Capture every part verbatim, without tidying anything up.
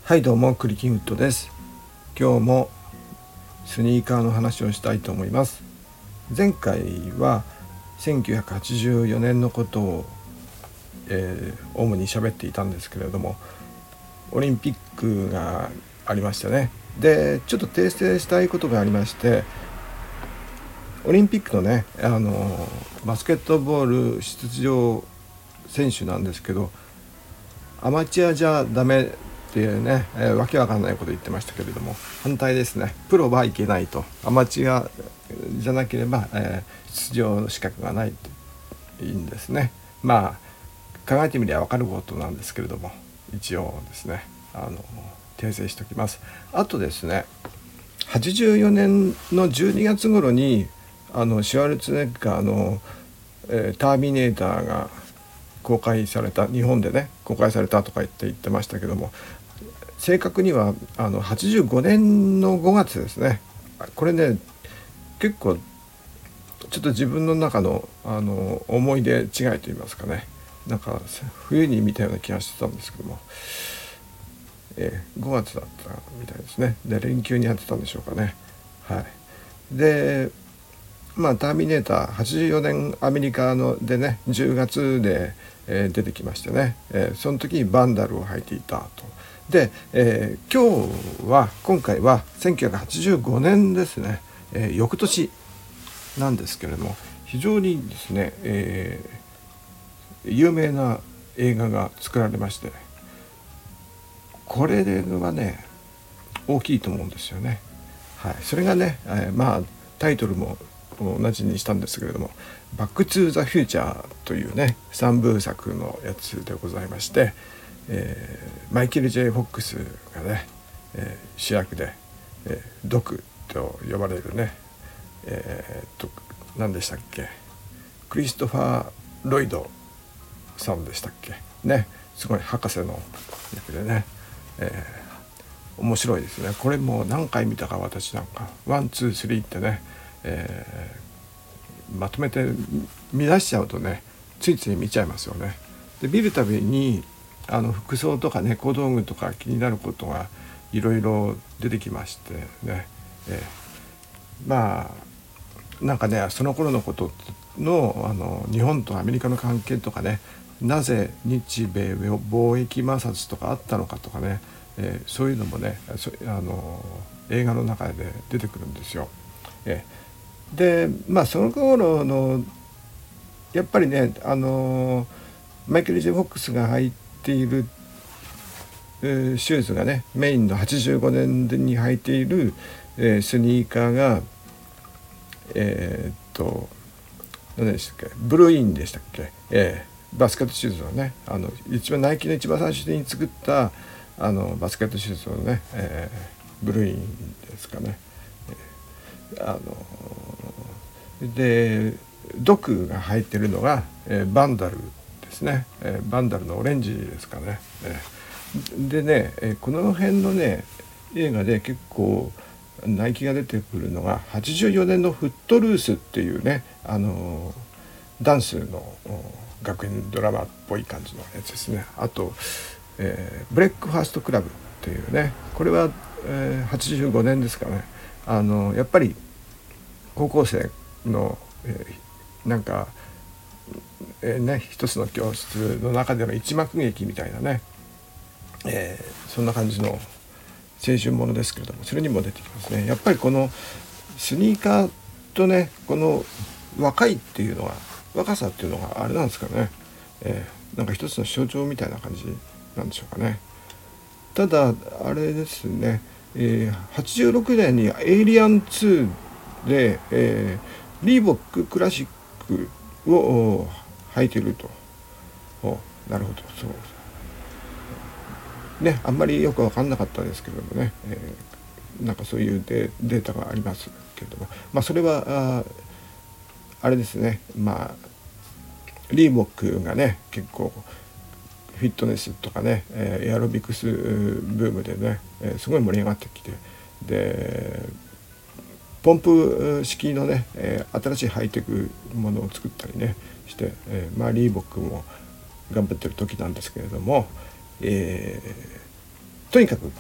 はいどうもクリキンウッドです。今日もスニーカーの話をしたいと思います。前回はせんきゅうひゃくはちじゅうよねんのことを、えー、主に喋っていたんですけれども、オリンピックがありましたね。でちょっと訂正したいことがありまして、オリンピックのねあのバスケットボール出場選手なんですけど、アマチュアじゃダメっていうね、えー、わけわかんないこと言ってましたけれども、反対ですね。プロはいけないと、アマチュアじゃなければ、えー、出場の資格がないっていいんですね。まあ考えてみればわかることなんですけれども、一応ですねあの訂正しておきます。あとですね、はちじゅうよねんのじゅうにがつ頃にあのシュワルツェネッガーの、えー、ターミネーターが公開された、日本でね公開されたとか言って言ってましたけども、正確にはあのはちじゅうごねんのごがつですね。これね結構ちょっと自分の中の、あの思い出違いと言いますかね、なんか冬に見たような気がしてたんですけども、えー、ごがつだったみたいですね。で連休にやってたんでしょうかね。はい。でまあターミネーターはちじゅうよねんアメリカのでねじゅうがつで、えー、出てきましてね、えー、その時にバンダルを履いていたと。で、えー、今日は今回はせんきゅうひゃくはちじゅうごねんですね、えー、翌年なんですけれども、非常にですね、えー、有名な映画が作られまして、これはね大きいと思うんですよね。はい、それがね、えー、まあタイトルも同じにしたんですけれども、バックトゥーザフューチャーというねさんぶうさくのやつでございまして、えー、マイケル・ジェイ・フォックスがね、えー、主役で、えー、ドクと呼ばれるね、えー、っと何でしたっけ、クリストファー・ロイドさんでしたっけね、すごい博士の役でね、えー、面白いですね。これも何回見たか私なんかワンツースリーってね、えー、まとめて見出しちゃうとねついつい見ちゃいますよね。で見るたびにあの服装とかね小道具とか気になることがいろいろ出てきましてね、えー、まあなんかねその頃のことの、あの日本とアメリカの関係とかね、なぜ日米貿易摩擦とかあったのかとかね、えー、そういうのもねあの映画の中で出てくるんですよ。えー、でまあその頃のやっぱりねあのマイケル・ジェ・フォックスが履いているシューズがね、メインのはちじゅうごねんに履いている、えー、スニーカーがえー、っと何でしたっけ、ブルーインでしたっけ、えー、バスケットシューズのね、あの一番ナイキの一番最初に作ったあのバスケットシューズのね、えー、ブルーインですかね、えー、あのでドクが入ってるのが、えー、バンダルですね、えー、バンダルのオレンジですかね、えー、でね、えー、この辺のね映画で結構ナイキが出てくるのがはちじゅうよねんのフットルースっていうね、あのダンスの学園ドラマっぽい感じのやつですね。あと、えー、ブレックファーストクラブっていうね、これは、えー、はちじゅうごねんですかね。あのやっぱり高校生の、えー、なんか、えー、ね一つの教室の中での一幕劇みたいなね、えー、そんな感じの青春ものですけれども、それにも出てきますね。やっぱりこのスニーカーとねこの若いっていうのが、若さっていうのがあれなんですかね、えー、なんか一つの象徴みたいな感じなんでしょうかね。ただあれですね、えー、はちじゅうろくねんにエイリアンツーで、えー、リーボッククラシックを履いていると。おなるほど、そうね、あんまりよく分かんなかったですけれどもね、えー、なんかそういうデータがありますけれども、まあそれは あ, あれですね、まあリーボックがね結構フィットネスとかね、えー、エアロビクスブームでね、えー、すごい盛り上がってきて、でポンプ式のね、えー、新しいハイテクものを作ったりねして、えー、まあリーボックも頑張ってる時なんですけれども、えー、 とにかく、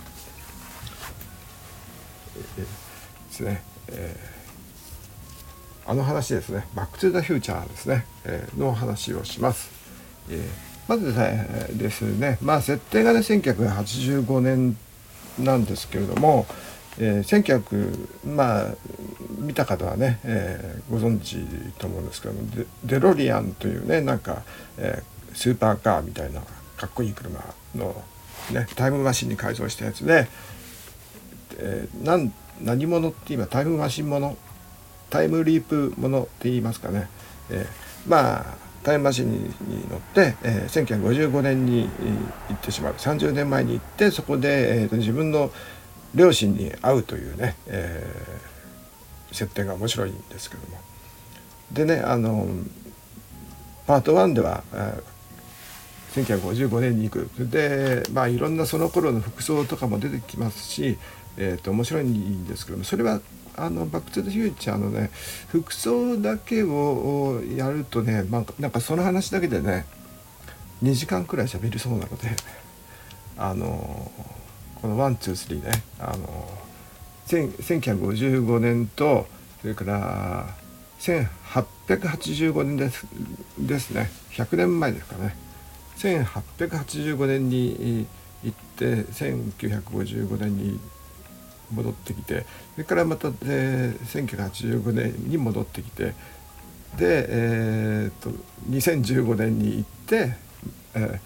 えー、ですね、えー、あの話ですね、バックトゥザフューチャーですね、えー、の話をします。えー、まずですね、まあ設定がねせんきゅうひゃくはちじゅうごねんなんですけれども、えー、せんきゅうひゃくまあ見た方はね、えー、ご存知と思うんですけども、デ, デロリアンというねなんか、えー、スーパーカーみたいなかっこいい車の、ね、タイムマシンに改造したやつで、えー、なん何者って言えばタイムマシンもの、タイムリープものって言いますかね、えー、まあタイムマシンに乗って、えー、せんきゅうひゃくごじゅうごねんに行ってしまう、さんじゅうねんまえに行って、そこで、えー、と自分の両親に会うというね、えー、設定が面白いんですけども、でね、あのパートワンでは、えー、せんきゅうひゃくごじゅうごねんに行くで、まあいろんなその頃の服装とかも出てきますし、えー、と面白いんですけども、それはあのバックトゥザフューチャーのね服装だけをやるとね、まあ、なんかその話だけでねにじかんくらい喋りそうなので、あのこのワンツースリーね、あのせんきゅうひゃくごじゅうごねんとそれからせんはっぴゃくはちじゅうごねんですですね、ひゃくねんまえですかね。せんはっぴゃくはちじゅうごねんに行ってせんきゅうひゃくごじゅうごねんに戻ってきて、それからまた、えー、せんきゅうひゃくはちじゅうごねんに戻ってきて、で、えー、っとにせんじゅうごねんに行って、え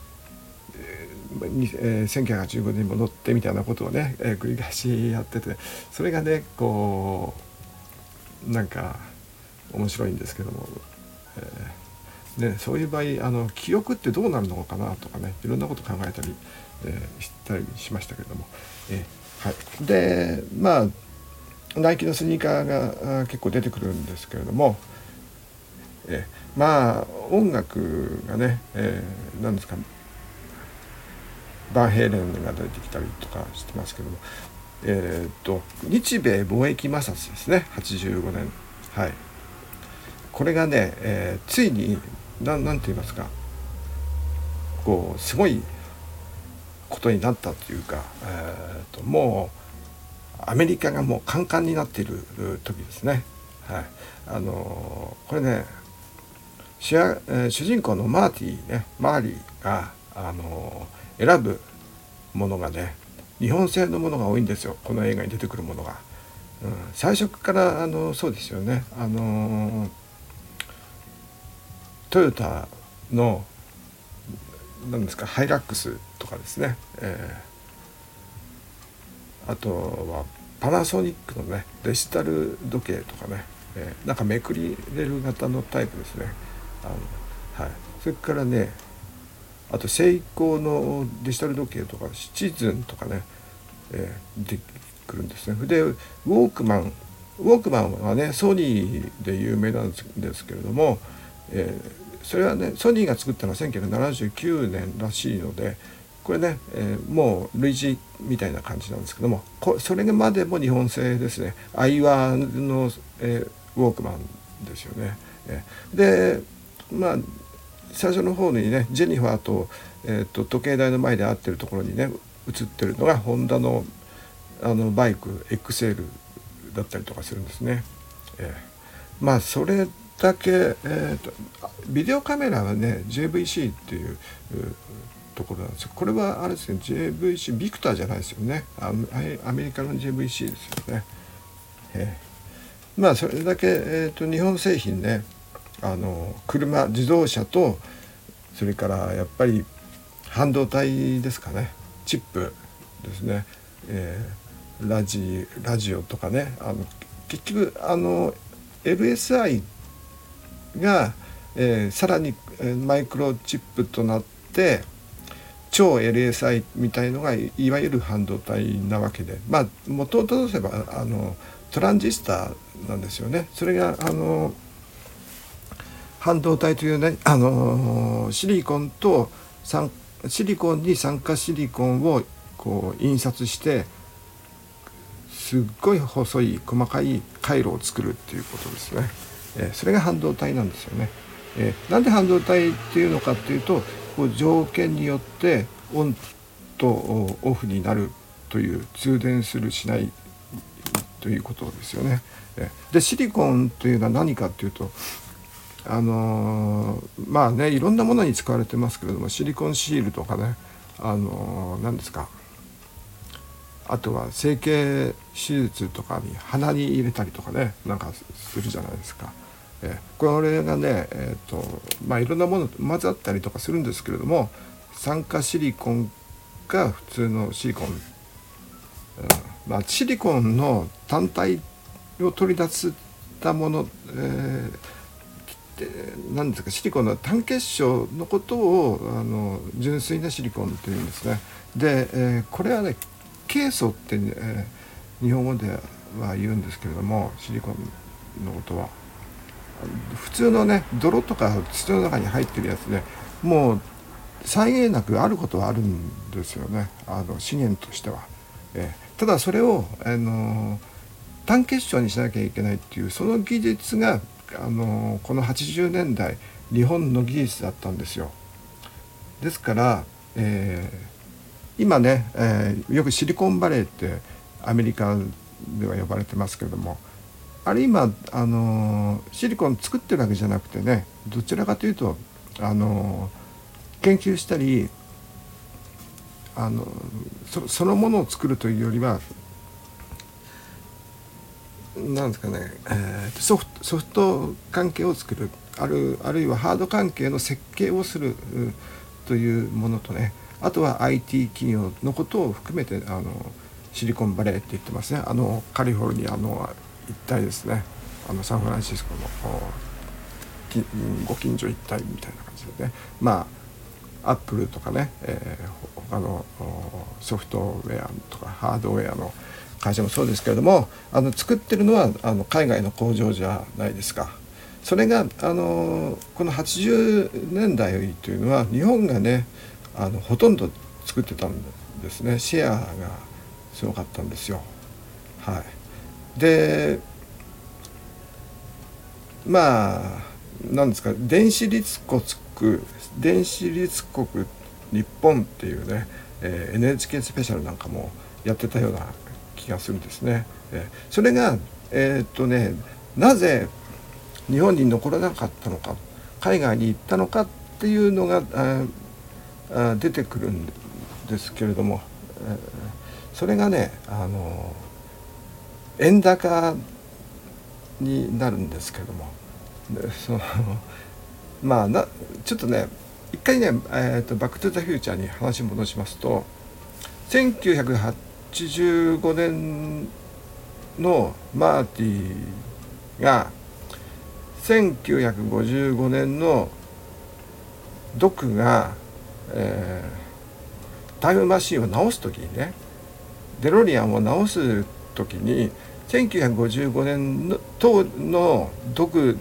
ーえー、せんきゅうひゃくはちじゅうごねんに戻ってみたいなことをね、えー、繰り返しやってて、それがねこうなんか面白いんですけども、えーね、そういう場合あの記憶ってどうなるのかなとかね、いろんなこと考えたり、えー、したりしましたけれども、えーはい、でまあナイキのスニーカーが結構出てくるんですけれども、えまあ音楽がね、えー、何ですか、バンヘイレンが出てきたりとかしてますけども、えー、っと日米貿易摩擦ですね、はちじゅうごねん、はい、これがね、えー、ついに何て言いますか、こうすごいことになったというか、えー、ともうアメリカがもうカンカンになっている時ですね。はい、あのー、これね主, や、えー、主人公のマーティーね、マーリーが、あのー、選ぶものがね日本製のものが多いんですよ、この映画に出てくるものが。うん、最初からあのそうですよね、あのー、トヨタの何ですかハイラックスとかですね、えー、あとはパナソニックのねデジタル時計とかね、えー、なんかめくりれる型のタイプですね。あの、はい、それからねあとセイコーのデジタル時計とかシチズンとかね、えー、出てくるんですね。でウォークマンウォークマンはねソニーで有名なんですけれども、えーそれはねソニーが作ったのはせんきゅうひゃくななじゅうきゅうねんらしいので、これね、えー、もう類似みたいな感じなんですけども、こそれまでも日本製ですね。アイワの、えー、ウォークマンですよね。えー、でまあ最初の方にねジェニファーと、えー、と時計台の前で会ってるところにね映ってるのがホンダのあのバイク エックスエル だったりとかするんですね。えー、まあそれだけ、えーと、ビデオカメラはね ジェイブイシー っていうところなんですよ。これはあれですね ジェイブイシー ビクターじゃないですよね。アメリカの ジェイブイシー ですよね。えー、まあそれだけ、えーと、日本製品ね、あの車自動車とそれからやっぱり半導体ですかね、チップですね、えー、ラジラジオとかね、あの結局あの エルエスアイが、えー、さらに、えー、マイクロチップとなって超 エルエスアイ みたいのがいわゆる半導体なわけで、まあ元をとせばあのトランジスタなんですよね。それがあの半導体というね、あのシリコンとシリコンに酸化シリコンをこう印刷してすっごい細い細かい回路を作るっていうことですね。えー、それが半導体なんですよね。えー、なんで半導体っていうのかっていうと、こう条件によって 温, とオフになるという、通電するしないということですよね。でシリコンというのは何かというと、あのー、まあねいろんなものに使われてますけれども、シリコンシールとかね、あのー、何ですか、あとは整形手術とかに鼻に入れたりとかね、なんかするじゃないですか。えこれがね、えーとまあ、いろんなもの混ざったりとかするんですけれども、酸化シリコンが普通のシリコン、うんまあ、シリコンの単体を取り出したもの、えー、何ですか、シリコンの単結晶のことをあの純粋なシリコンというんですね。で、えー、これはねケイ素って、えー、日本語では言うんですけれども、シリコンのことは普通のね泥とか土の中に入ってるやつで、もう際限なくあることはあるんですよね、あの資源としては。えー、ただそれを、あの単結晶にしなきゃいけないっていう、その技術が、あのこのはちじゅうねんだい日本の技術だったんですよ。ですから、えー、今ね、えー、よくシリコンバレーってアメリカでは呼ばれてますけれども、あれ今、あのシリコン作ってるわけじゃなくてね、どちらかというと、あの研究したり、あの そ, そのものを作るというよりは、なんですかね、えー、ソフト、ソフト関係を作る、ある、あるいはハード関係の設計をするというものとね、あとは アイティー 企業のことを含めて、あのシリコンバレーって言ってますね。あのカリフォルニアの一帯ですね、あのサンフランシスコのご近所一帯みたいな感じでね、まあアップルとかね、えー、他のソフトウェアとかハードウェアの会社もそうですけれども、あの作ってるのはあの海外の工場じゃないですか。それがあのこのはちじゅうねんだいというのは日本がね、あのほとんど作ってたんですね。シェアがすごかったんですよ。はい。でまあなんですか、電子立国電子立国日本っていうね、えー、エヌエイチケー スペシャルなんかもやってたような気がするんですね。えー、それがえー、っとねなぜ日本に残らなかったのか、海外に行ったのかっていうのがああ出てくるんですけれども、えー、それがね、あの円高になるんですけれども、でそのまあなちょっとね一回ね、えーと、バックトゥザフューチャーに話戻しますと、せんきゅうひゃくはちじゅうごねんのマーティがせんきゅうひゃくごじゅうごねんのドクが、えー、タイムマシンを直す時にね、デロリアンを直す時にせんきゅうひゃくごじゅうごねんの当のドク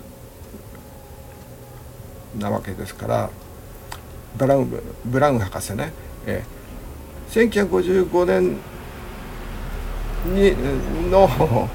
なわけですから、ブラウンブラウン博士ね、えー、せんきゅうひゃくごじゅうごねんにの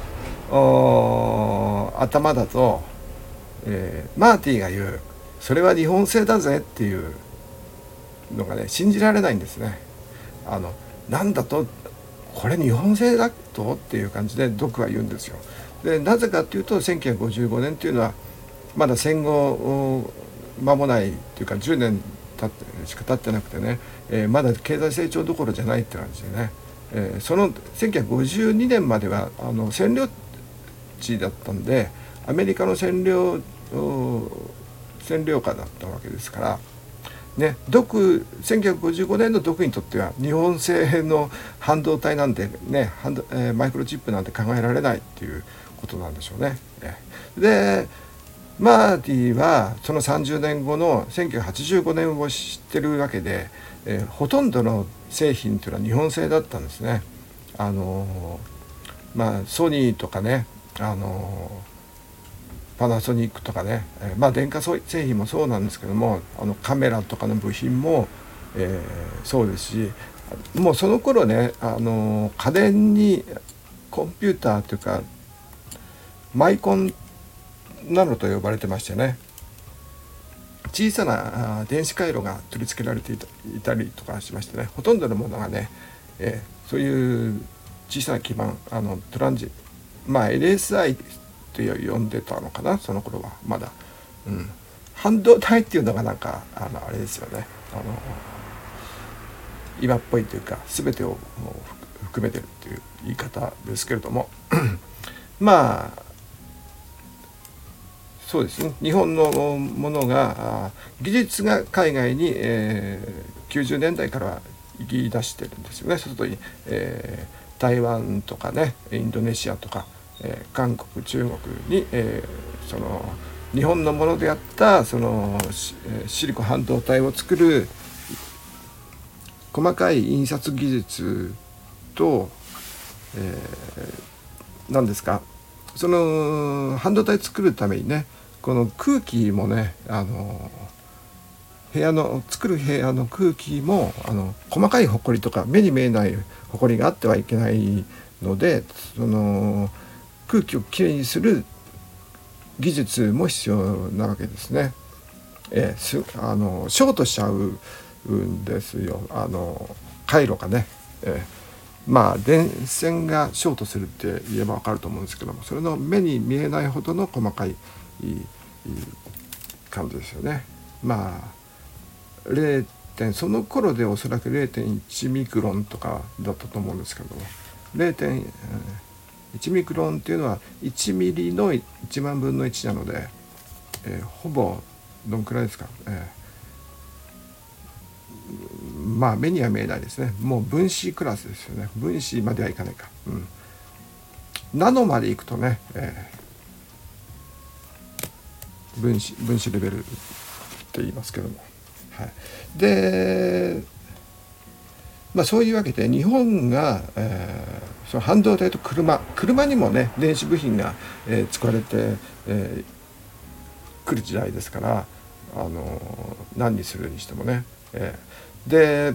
頭だと、えー、マーティが言うそれは日本製だぜっていうのがね信じられないんですね。あのなんだとこれ日本製だとっていう感じでドクは言うんですよ。でなぜかっていうとせんきゅうひゃくごじゅうごねんっていうのはまだ戦後間もないっていうかじゅうねん経ってしか経ってなくてね、えー、まだ経済成長どころじゃないって感じでね、えー、そのせんきゅうひゃくごじゅうにねんまではあの占領地だったんで、アメリカの占領占領下だったわけですからね、ドクせんきゅうひゃくごじゅうごねんのドクにとっては日本製の半導体なんてね、ハンド、えー、マイクロチップなんて考えられないっていうことなんでしょうね。でマーティはそのさんじゅうねんごのせんきゅうひゃくはちじゅうごねんを知ってるわけで、えー、ほとんどの製品というのは日本製だったんですね。あのー、まあソニーとかね、あのー、パナソニックとかね、えー、まあ電化製品もそうなんですけども、あのカメラとかの部品も、えー、そうですし、もうその頃ね、あのー、家電にコンピューターというかマイコンなのと呼ばれてましてね、 小さな電子回路が取り付けられてい た, いたりとかしましてね、ほとんどのものがね、えー、そういう小さな基板、あのトランジまあ エルエスアイ と呼んでたのかな、その頃はまだ、うん、半導体っていうのがなんかあのあれですよね、あの今っぽいというか全てを含めてるっていう言い方ですけれどもまあそうですね、日本のものが技術が海外に、えー、きゅうじゅうねんだいから行き出してるんですよね。外に、えー、台湾とかね、インドネシアとか、えー、韓国、中国に、えー、その日本のものであったそのシリコン半導体を作る細かい印刷技術と、えー、何ですか、その半導体作るためにね、この空気もね、あの部屋の作る部屋の空気もあの細かいホコリとか目に見えないホコリがあってはいけないので、その空気をきれいにする技術も必要なわけですね。えー、すあのショートしちゃうんですよ、あの回路がね。えーまあ電線がショートするって言えば分かると思うんですけども、それの目に見えないほどの細かいいい感じですよね。まあれいてんその頃でおそらく れいてんいち ミクロンとかだったと思うんですけども、 れいてんいち ミクロンっていうのはいちミリのいちまんぶんのいちなので、えー、ほぼどのくらいですか、えーまあ目には見えないですね。もう分子クラスですよね。分子まではいかないか、うん、ナノまでいくとね、えー、分子分子レベルって言いますけども、はい、で、まあ、そういうわけで日本が、えー、その半導体と車車にもね電子部品が、えー、使われて、えー、来る時代ですから、あのー、何にするにしてもね、えーで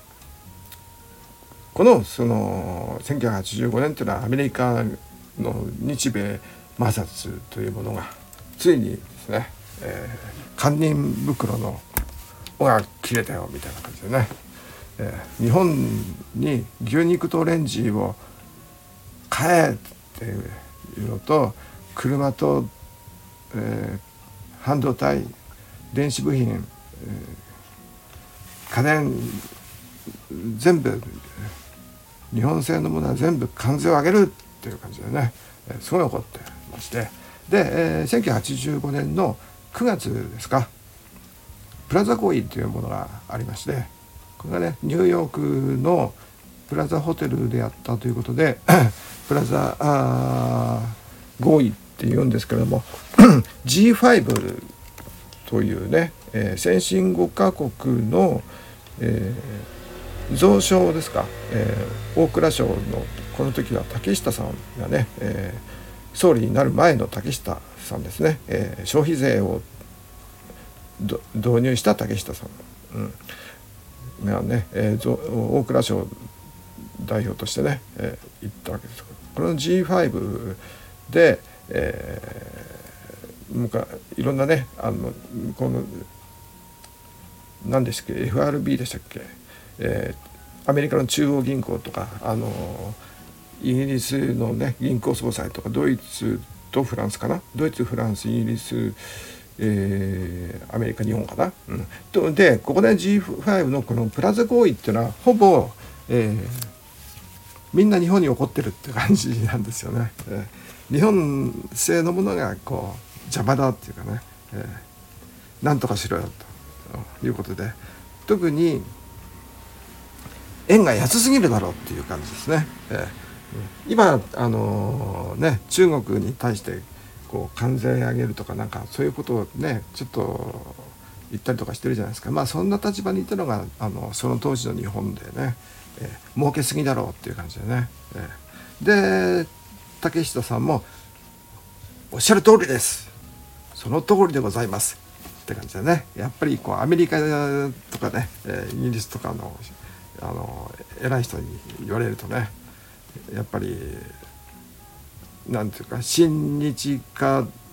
このそのせんきゅうひゃくはちじゅうごねんというのはアメリカの日米摩擦というものがついにですね、えー、堪忍袋の尾が切れたよみたいな感じでね、えー、日本に牛肉とオレンジを買えっていうのと、車と、えー、半導体電子部品、えー家電全部日本製のものは全部関税を上げるっていう感じでね、すごい怒ってまして、で、えー、せんきゅうひゃくはちじゅうごねんのくがつですか、プラザ合意というものがありまして、これがねニューヨークのプラザホテルであったということでプラザあ合意っていうんですけれどもジーファイブ というね、えー、先進ごカ国の、えー、蔵省ですか、えー、大蔵省のこの時は竹下さんがね、えー、総理になる前の竹下さんですね、えー、消費税を導入した竹下さん、うん、がね、えー、大蔵省代表としてね、えー、言ったわけです。この ジーファイブ で、えーいろんなね、あのこの何でしたっけ エフアールビー でしたっけ、えー、アメリカの中央銀行とか、あのイギリスのね銀行総裁とか、ドイツとフランスかな、ドイツフランスイギリス、えー、アメリカ日本かな、うん、とでここで ジーファイブ のこのプラザ合意っていうのはほぼ、えー、みんな日本に起こってるって感じなんですよね、えー、日本製のものがこう邪魔だっていうかね、えー、なんとかしろよということで、特に円が安すぎるだろうっていう感じですね、えー、今あのー、ね中国に対してこう関税上げるとかなんかそういうことをねちょっと言ったりとかしてるじゃないですか。まあそんな立場にいたのがあのその当時の日本でね、えー、儲けすぎだろうっていう感じでね、えー、で竹下さんもおっしゃる通りです、その通りでございますって感じでね、やっぱりこうアメリカとかね、えー、イギリスとかのあの偉い人に言われるとね、やっぱりなんていうか親日家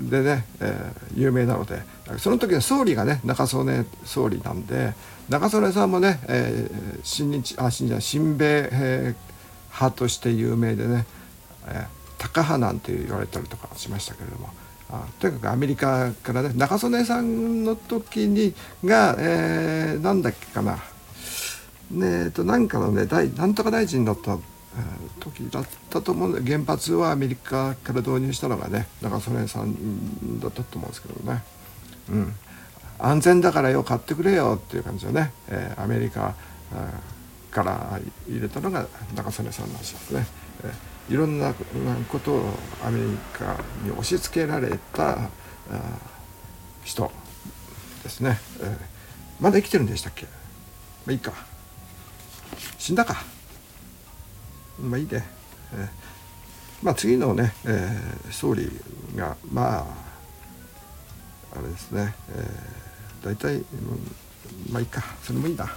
でね、えー、有名なので、その時の総理がね中曽根総理なんで、中曽根さんもね、えー、親日あ親日親米、えー、派として有名でね、えー、タカ派なんて言われたりとかしましたけれども、あとにかくアメリカからね中曽根さんの時にが、えー、なんだっけかな、ねえとなんかのね大なんとか大臣だった時だったと思うんで、原発はアメリカから導入したのがね中曽根さんだったと思うんですけどね、うん、安全だからよ買ってくれよっていう感じでね、えー、アメリカから入れたのが中曽根さんらしいですね、えー、いろんなことをアメリカに押し付けられた人ですね、えー、まだ生きてるんでしたっけ。まあいいか、死んだか、まあいいね、えー、まあ次のね、えー、総理がまああれですね、えー、大体、うん、まあいいか、それもいいな、うん、はい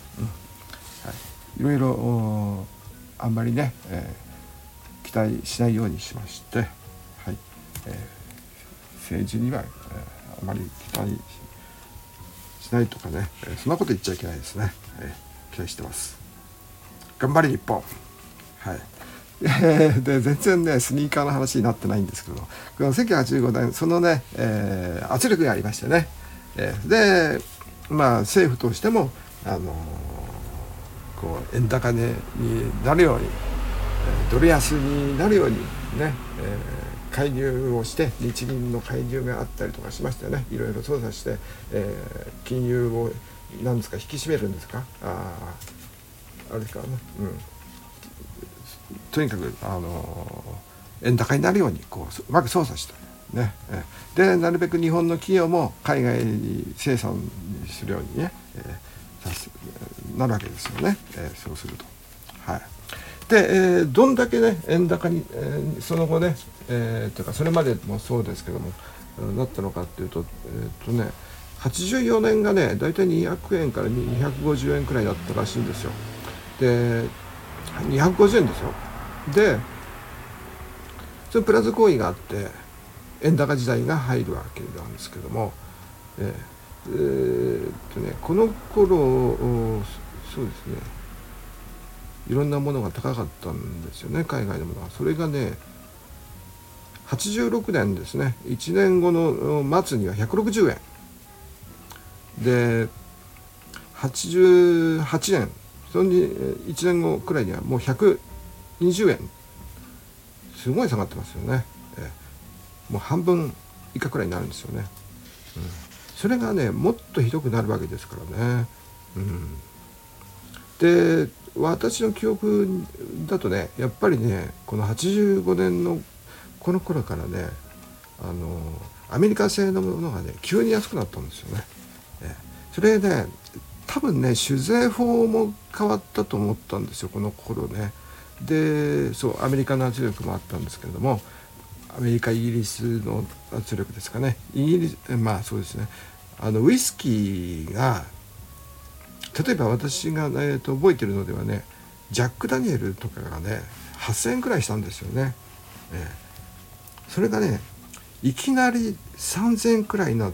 、いろいろあんまりね、えー、期待しないようにしまして、はい、えー、政治には、えー、あまり期待しないとかね、えー、そんなこと言っちゃいけないですね、えー、期待してます。頑張れ日本。はい。で全然ねスニーカーの話になってないんですけど、このせんきゅうひゃくはちじゅうごねんそのね、えー、圧力がありましてね、えー、でまあ政府としてもあのー、こう円高になるように、ドル安になるようにね、えー、介入をして、日銀の介入があったりとかしましてね、いろいろ操作して、えー、金融を何ですか引き締めるんですか、ああれですからね、うん、とにかく、あのー、円高になるようにこううまく操作してね、でなるべく日本の企業も海外に生産するようにね、えー、なるわけですよね、えー、そうすると、はい。で、えー、どんだけね円高に、えー、その後ね、えー、というかそれまでもそうですけどもなったのかっていうと、えー、っとねはちじゅうよねんがねだいたいにひゃくえんからにひゃくごじゅうえんくらいだったらしいんですよ。でにひゃくごじゅうえんですよ。でそのプラス行為があって円高時代が入るわけなんですけども、えーえー、っとねこの頃そうですねいろんなものが高かったんですよね、海外のものは。それがねはちじゅうろくねんですね、いちねんごの末にはひゃくろくじゅうえんで、はちじゅうはちねんそのいちねんごくらいにはもうひゃくにじゅうえん、すごい下がってますよね、えー、もう半分以下くらいになるんですよね、うん、それがねもっとひどくなるわけですからね、うん、で私の記憶だとねやっぱりねこのはちじゅうごねんのこの頃からねあのアメリカ製のものがね急に安くなったんですよね、えー、それね多分ね酒税法も変わったと思ったんですよこの頃ね。でそうアメリカの圧力もあったんですけれども、アメリカイギリスの圧力ですかね、イギリスまあそうですね、あのウイスキーが例えば私が、えー、と覚えてるのではねジャック・ダニエルとかがねはっせんえんくらいしたんですよね、えー、それがねいきなりさんぜんえんくらいになって、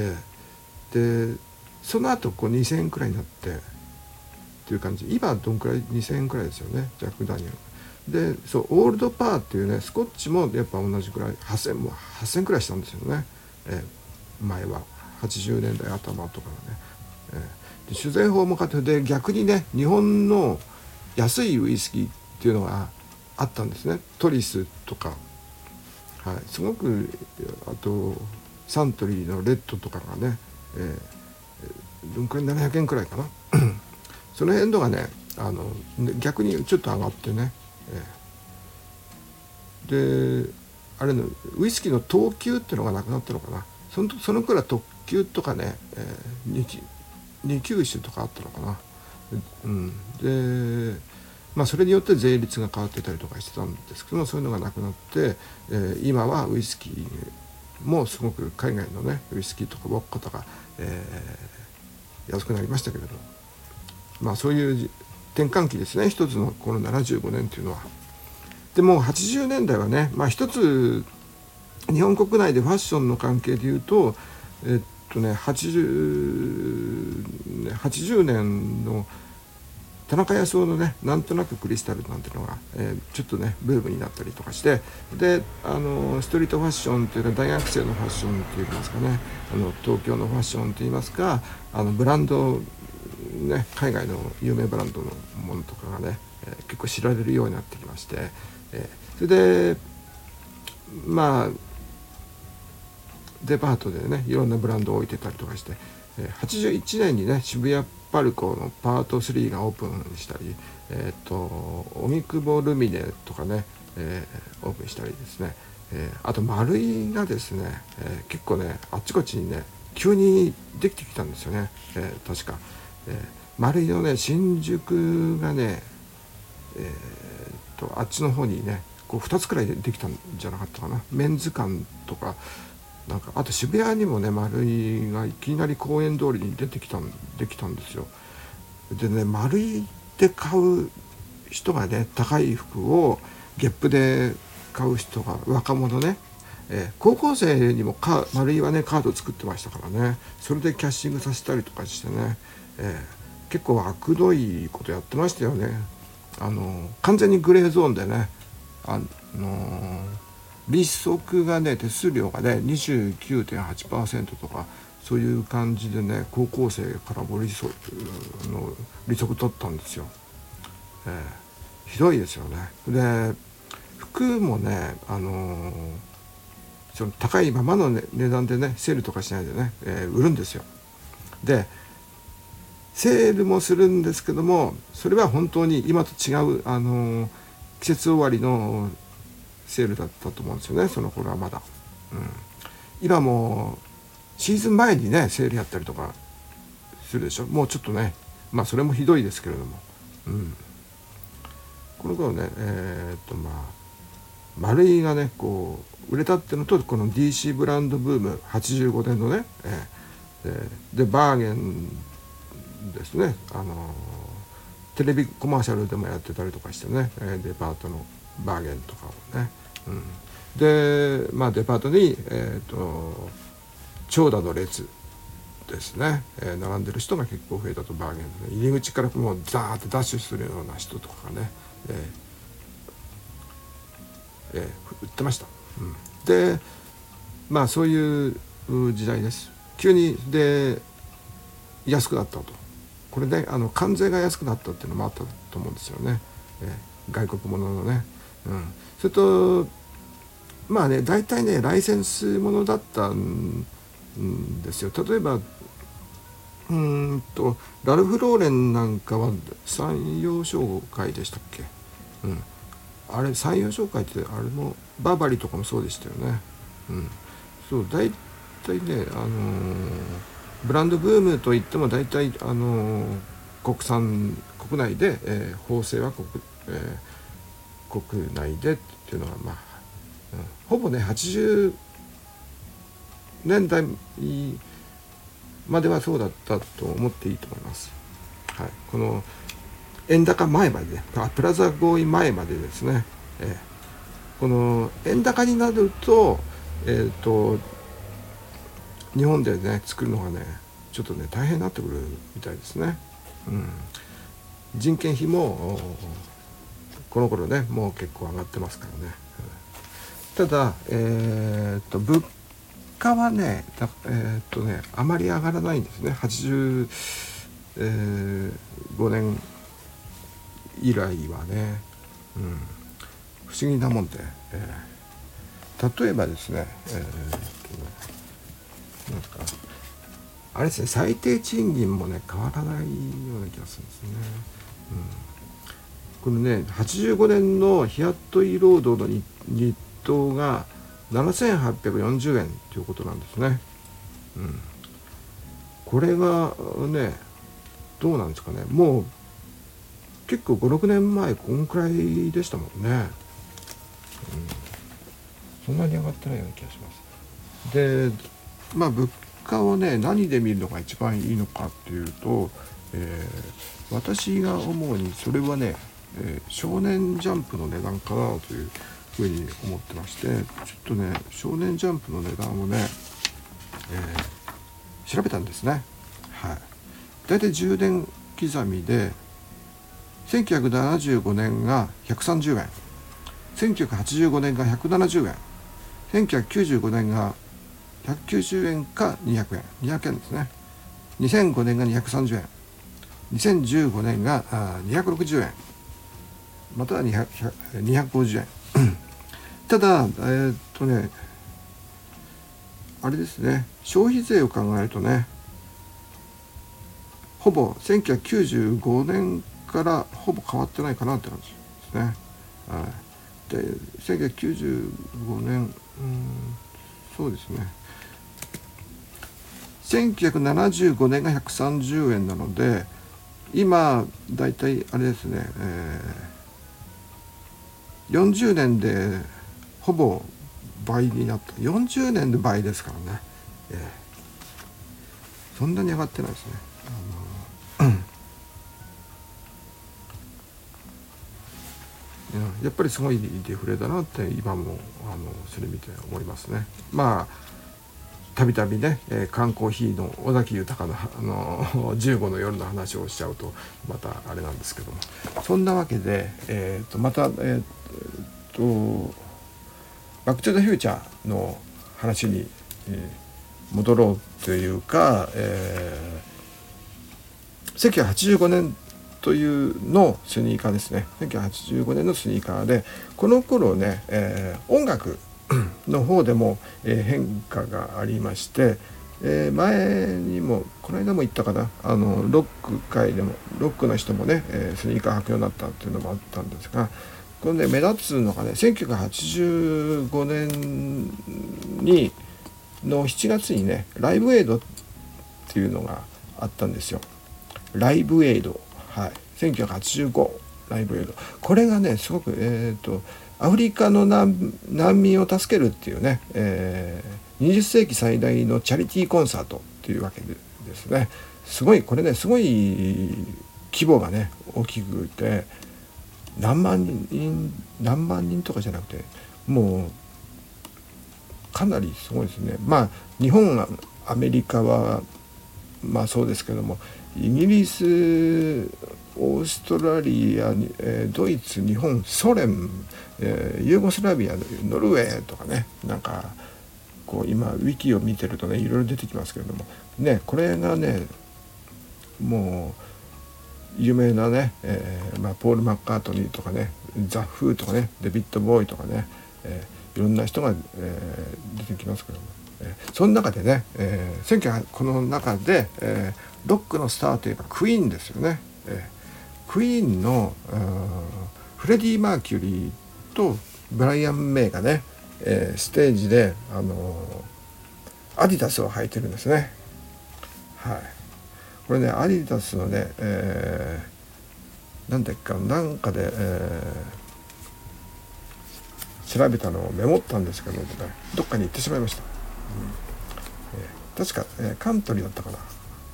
でその後こうにせんえんくらいになってっていう感じ。今どんくらいにせんえんくらいですよねジャック・ダニエルで、そうオールドパーっていうねスコッチもやっぱ同じくらいはっせんえんもはっせんえんくらいしたんですよね、えー、前ははちじゅうねんだい頭とかね、えー、で酒税法もかってで逆にね日本の安いウイスキーっていうのがあったんですね。トリスとか、はい、すごくあとサントリーのレッドとかがね、えー、どんくらいななひゃくえんくらいかなその辺のがねあの逆にちょっと上がってね、えー、であれのウイスキーの等級っていうのがなくなったのかな。そのその頃は特級とかね、えー、に級種とかあったのかな、うん、でまあそれによって税率が変わってたりとかしてたんですけども、そういうのがなくなって、えー、今はウイスキーもすごく海外のねウイスキーとかウォッカとか、えー、安くなりましたけれど、まあそういう転換期ですね一つのこのななじゅうごねんというのは。でもはちじゅうねんだいはね、まあ一つ日本国内でファッションの関係でいうとえっとねはちじゅう、はちじゅうねんの田中康夫のねなんとなくクリスタルなんていうのが、えー、ちょっとねブームになったりとかして、であのストリートファッションというか大学生のファッションといいますかね、あの東京のファッションといいますか、あのブランドね、海外の有名ブランドのものとかがね、えー、結構知られるようになってきまして、えー、それでまあデパートでねいろんなブランドを置いてたりとかして、はちじゅういちねんにね渋谷パルコのパートスリーがオープンしたり、えー、と荻窪ルミネとかね、えー、オープンしたりですね、えー、あと丸井がですね、えー、結構ねあっちこっちにね急にできてきたんですよね、えー、確か、えー、丸井のね新宿がね、えー、とあっちの方にねこうふたつくらいでできたんじゃなかったかな。メンズ館とかなんかあと渋谷にもね丸井がいきなり公園通りに出てきたんできたんですよ。でね丸井で買う人がね高い服をゲップで買う人が若者ね、えー、高校生にもか丸井はねカード作ってましたからね、それでキャッシングさせたりとかしてね、えー、結構悪どいことやってましたよね。あの完全にグレーゾーンでね、あのー利息がね手数料がね にじゅうきゅうてんはちパーセント とかそういう感じでね高校生からも利息の利息取ったんですよ、えー、ひどいですよね。で服もね、あのー、その高いままの、ね、値段でねセールとかしないでね、えー、売るんですよ。でセールもするんですけども、それは本当に今と違う、あのー、季節終わりのセールだったと思うんですよね、その頃はまだ、うん、今もシーズン前にねセールやったりとかするでしょ。もうちょっとね、まあそれもひどいですけれども、うん、この頃ねえー、っとまあ丸井がねこう売れたっていうのと、この ディーシー ブランドブームはちじゅうごねんのね、えー、でバーゲンですね、あのー、テレビコマーシャルでもやってたりとかしてね、デパートのバーゲンとかをね、うん、でまあデパートに、えー、と長蛇の列ですね、えー、並んでる人が結構増えたと。バーゲンで、ね、入り口からもうザーッとダッシュするような人とかがね、えーえー、売ってました、うん、でまあそういう時代です。急にで安くなったと。これであの関税が安くなったっていうのもあったと思うんですよね、えー、外国物のね、うん、それとまあね大体ねライセンスものだったんですよ。例えばうーんとラルフ・ローレンなんかは産業商会でしたっけ、うん、あれ産業商会ってあれもバーバリーとかもそうでしたよね、うん、そう大体ね、あのー、ブランドブームといっても大体、あのー、国産国内で、えー、縫製は国、えー、国内でっていうのはまあ、うん、ほぼねはちじゅうねんだいまではそうだったと思っていいと思います、はい、この円高前までね、プラザ合意前までですね、えー、この円高になると、えーと日本でね作るのがねちょっとね大変になってくるみたいですね、うん、人件費もこの頃ねもう結構上がってますからね、うん、ただえー、っと物価はねだえー、っとねあまり上がらないんですね。はちじゅうごねん以来はね、うん、不思議なもんで、えー、例えばですね、えー、っとねなんかあれですね、最低賃金もね変わらないような気がするんですね、うん、このねはちじゅうごねんの日雇い労働の日当がななせんはっぴゃくよんじゅうえんということなんですね、うん、これがねどうなんですかね。もう結構ごろくねんまえこんくらいでしたもんね、うん、そんなに上がってないような気がします。でまあ物価をね何で見るのが一番いいのかっていうと、えー、私が思うにそれはね、えー、少年ジャンプの値段かなというふうに思ってまして、ちょっとね少年ジャンプの値段をね、えー、調べたんですね。はい。だいたいじゅうねん刻みでせんきゅうひゃくななじゅうごねんがひゃくさんじゅうえん、せんきゅうひゃくはちじゅうごねんがひゃくななじゅうえん、せんきゅうひゃくきゅうじゅうごねんがひゃくきゅうじゅうえんかにひゃくえん、にひゃくえんですね。にせんごねんがにひゃくさんじゅうえん、にせんじゅうごねんがにひゃくろくじゅうえん、またはにひゃくごじゅうえんただえー、っとねあれですね、消費税を考えるとね、ほぼせんきゅうひゃくきゅうじゅうごねんからほぼ変わってないかなって感じですね。はい、でせんきゅうひゃくきゅうじゅうごねん、うん、そうですね、せんきゅうひゃくななじゅうごねんがひゃくさんじゅうえんなので、今だいたいあれですね、えー、よんじゅうねんでほぼ倍になった。よんじゅうねんで倍ですからね、えー、そんなに上がってないですね。あのやっぱりすごいデフレだなって今もあのそれ見て思いますね。まあたびたびね、えー、缶コーヒーの尾崎豊の、あのじゅうごの夜の話をしちゃうとまたあれなんですけども、そんなわけで、えー、とまた、えー、とバック・トゥ・ザ・フューチャーの話に、えー、戻ろうというか、えー、せんきゅうひゃくはちじゅうごねんというのスニーカーですね。せんきゅうひゃくはちじゅうごねんのスニーカーで、この頃ね、えー、音楽の方でも、えー、変化がありまして、えー、前にもこの間も言ったかな、あのロック界でもロックの人もね、えー、スニーカー履くようになったっていうのもあったんですが、これね目立つのがね、せんきゅうひゃくはちじゅうごねんにのしちがつにね、ライブエイドっていうのがあったんですよ。ライブエイド、はい、せんきゅうひゃくはちじゅうごライブエイド、これがねすごくえっ、ー、とアフリカの 難, 難民を助けるっていうね、えー、にじゅっせいき最大のチャリティーコンサートっていうわけでですね、すごいこれねすごい規模がね大きくて、何万人何万人とかじゃなくて、もうかなりすごいですね。まあ日本アメリカはまあそうですけども、イギリス、オーストラリア、えー、ドイツ、日本、ソ連、えー、ユーゴスラビア、ノルウェーとかね、なんかこう今ウィキを見てるとねいろいろ出てきますけれどもね、これがねもう有名なね、えーまあ、ポール・マッカートニーとかね、ザ・フーとかね、デビッド・ボーイとかね、えー、いろんな人が、えー、出てきますけども、えー、その中でね、えー、せんきゅうひゃくこの中で、えー、ロックのスターといえばクイーンですよね。えー、クイーンのフレディ・マーキュリーとブライアン・メイがね、えー、ステージで、あのー、アディダスを履いてるんですね。はい。これねアディダスのね、えー、なんだっけかなんかで、えー、調べたのをメモったんですけど、ね、どっかに行ってしまいました。うんえー、確か、えー、カントリーだったかな、うん、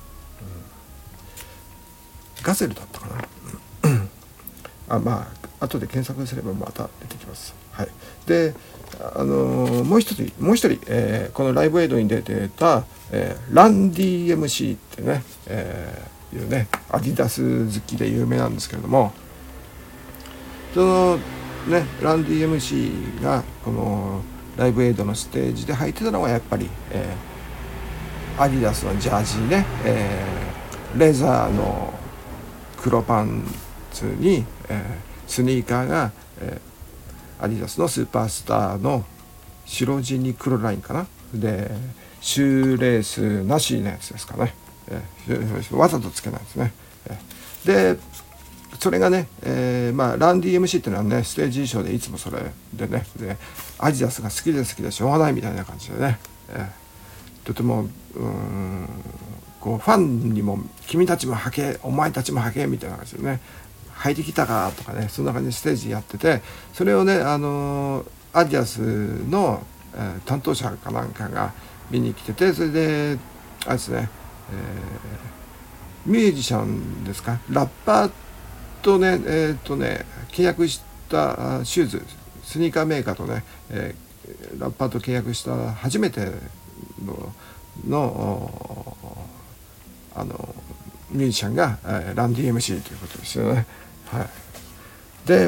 ガゼルだったかなあまあ後で検索すればまた出てきます。はい。であのー、もう一人もう一人、えー、このライブエイドに出てた、えー、ランディ エムシー ってね、えー、いうねアディダス好きで有名なんですけれども、そのねランディ エムシー がこのライブエイドのステージで履いてたのがやっぱり、えー、アディダスのジャージーね、えー、レザーの黒パンツに、えー、スニーカーが、えーアディダスのスーパースターの白地に黒ラインかなで、シューレースなしのやつですかね、えわざとつけないですね。でそれがね、えーまあ、ランディ エムシー っていうのはねステージ衣装でいつもそれでねでアディダスが好きで好きでしょうがないみたいな感じでね、えー、とてもうーんこうファンにも君たちも履けお前たちも履けみたいな感じでね、履いてきたかとかね、そんな感じでステージやってて、それをねあのアディダスの、えー、担当者かなんかが見に来てて、それであれですね、えー、ミュージシャンですか、ラッパーとねえっ、ー、とね契約したシューズスニーカーメーカーとね、えー、ラッパーと契約した初めてののあのミュージシャンが、えー、ランディ エムシー ということですよね。はい、で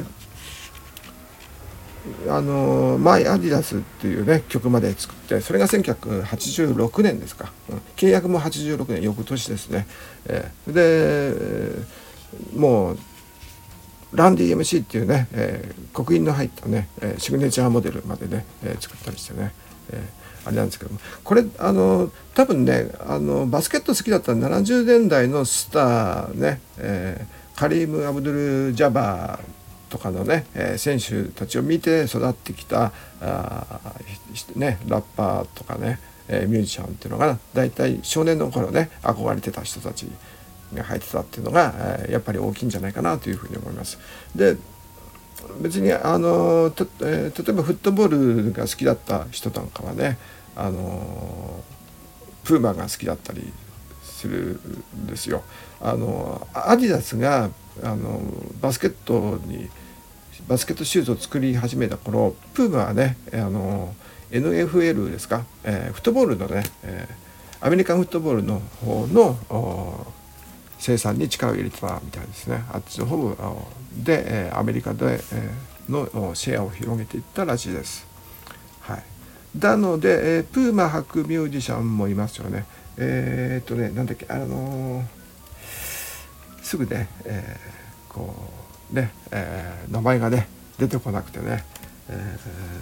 あのマイアディダスっていうね曲まで作って、それがせんきゅうひゃくはちじゅうろくねんですか、うん、契約もはちじゅうろくねん、翌年ですね、えー、で、えー、もうランディ エムシー っていうね、えー、刻印の入ったね、えー、シグネチャーモデルまでね、えー、作ったりしてね、えー、あれなんですけども、これあの多分ねあのバスケット好きだったななじゅうねんだいのスターね、えー、カリーム・アブドゥル・ジャバーとかのね、えー、選手たちを見て育ってきたあ、ね、ラッパーとかね、えー、ミュージシャンっていうのが大体少年の頃ね憧れてた人たちが入ってたっていうのが、えー、やっぱり大きいんじゃないかなというふうに思います。で別にあのと、えー、例えばフットボールが好きだった人なんかはねあのプーマが好きだったりするんですよ。あのアディダスがあのバスケットにバスケットシューズを作り始めた頃、プーマはねあの エヌエフエル ですか、えー、フットボールのね、えー、アメリカンフットボールの方の生産に力を入れてたみたいですね。あっちの方で、えー、アメリカで、えー、のシェアを広げていったらしいです。はい、なので、えー、プーマ履くミュージシャンもいますよね。えー、っとねなんだっけあのー、すぐね、えー、こうね、えー、名前がね出てこなくてね、え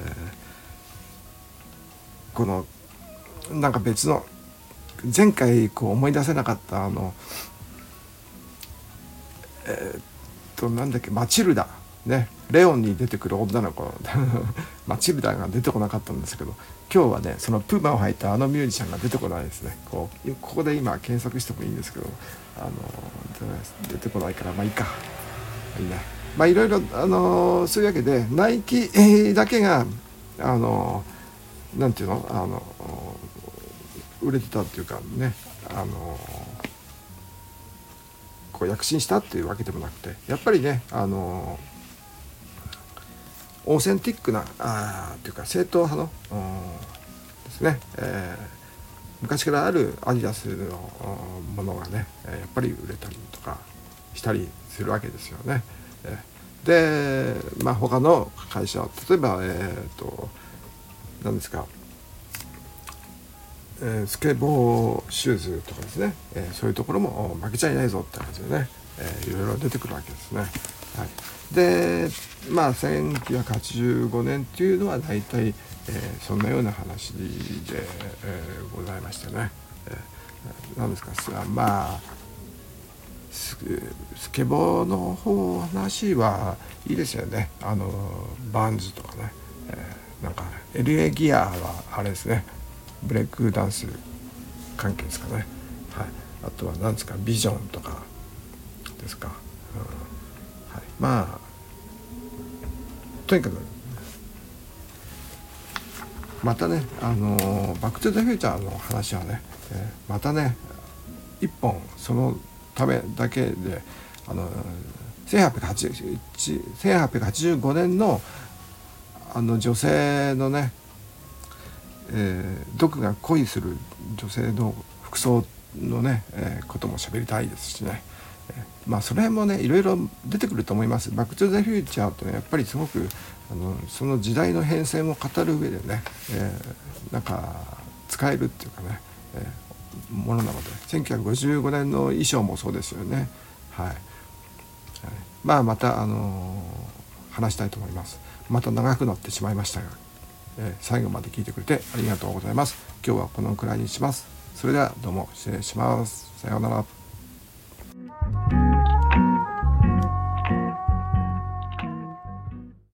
ー、このなんか別の前回こう思い出せなかったあのえー、っとなんだっけマチルダね、レオンに出てくる女の子マチルダが出てこなかったんですけど、今日はねそのプーマを履いたあのミュージシャンが出てこないですね。こうここで今検索してもいいんですけど、あの出てこないからまあいいかいいね。まあいろいろあのそういうわけでナイキだけがあのなんていうのあの売れてたっていうかね、あのこう躍進したっていうわけでもなくて、やっぱりねあのオーセンティックなあっていうか正統派のですね、えー、昔からあるアディダスのものがねやっぱり売れたりとかしたりするわけですよね。で、まあ、他の会社例えばえっと何ですか、えー、スケボーシューズとかですね、えー、そういうところも負けちゃいないぞって感じでね、えー、いろいろ出てくるわけですね。はい、でまあせんきゅうひゃくはちじゅうごねんっていうのは大体、えー、そんなような話で、えー、ございましてね、えー、何ですかまあス, スケボーの方話はいいですよね。あのバーンズとかね、えー、なんか エルエー ギアはあれですね、ブレイクダンス関係ですかね。はい、あとは何ですかビジョンとかですか、うんはい、まあとにかくまたねあのバックトゥザフューチャーの話はね、えー、またね一本そのためだけであのせんはっぴゃくはちじゅうごねんのあの女性のね、えー、毒が恋する女性の服装のね、えー、ことも喋りたいですしね、えー、まあそれもねいろいろ出てくると思います。バックトゥザフューチャーってねやっぱりすごくあのその時代の変遷を語る上でね、えー、なんか使えるっていうかね、えーものなのでせんきゅうひゃくごじゅうごねんの衣装もそうですよね。はい、はい、まあまた、あのー、話したいと思います。また長くなってしまいましたが、えー、最後まで聞いてくれてありがとうございます。今日はこのくらいにします。それではどうも失礼します。さようなら。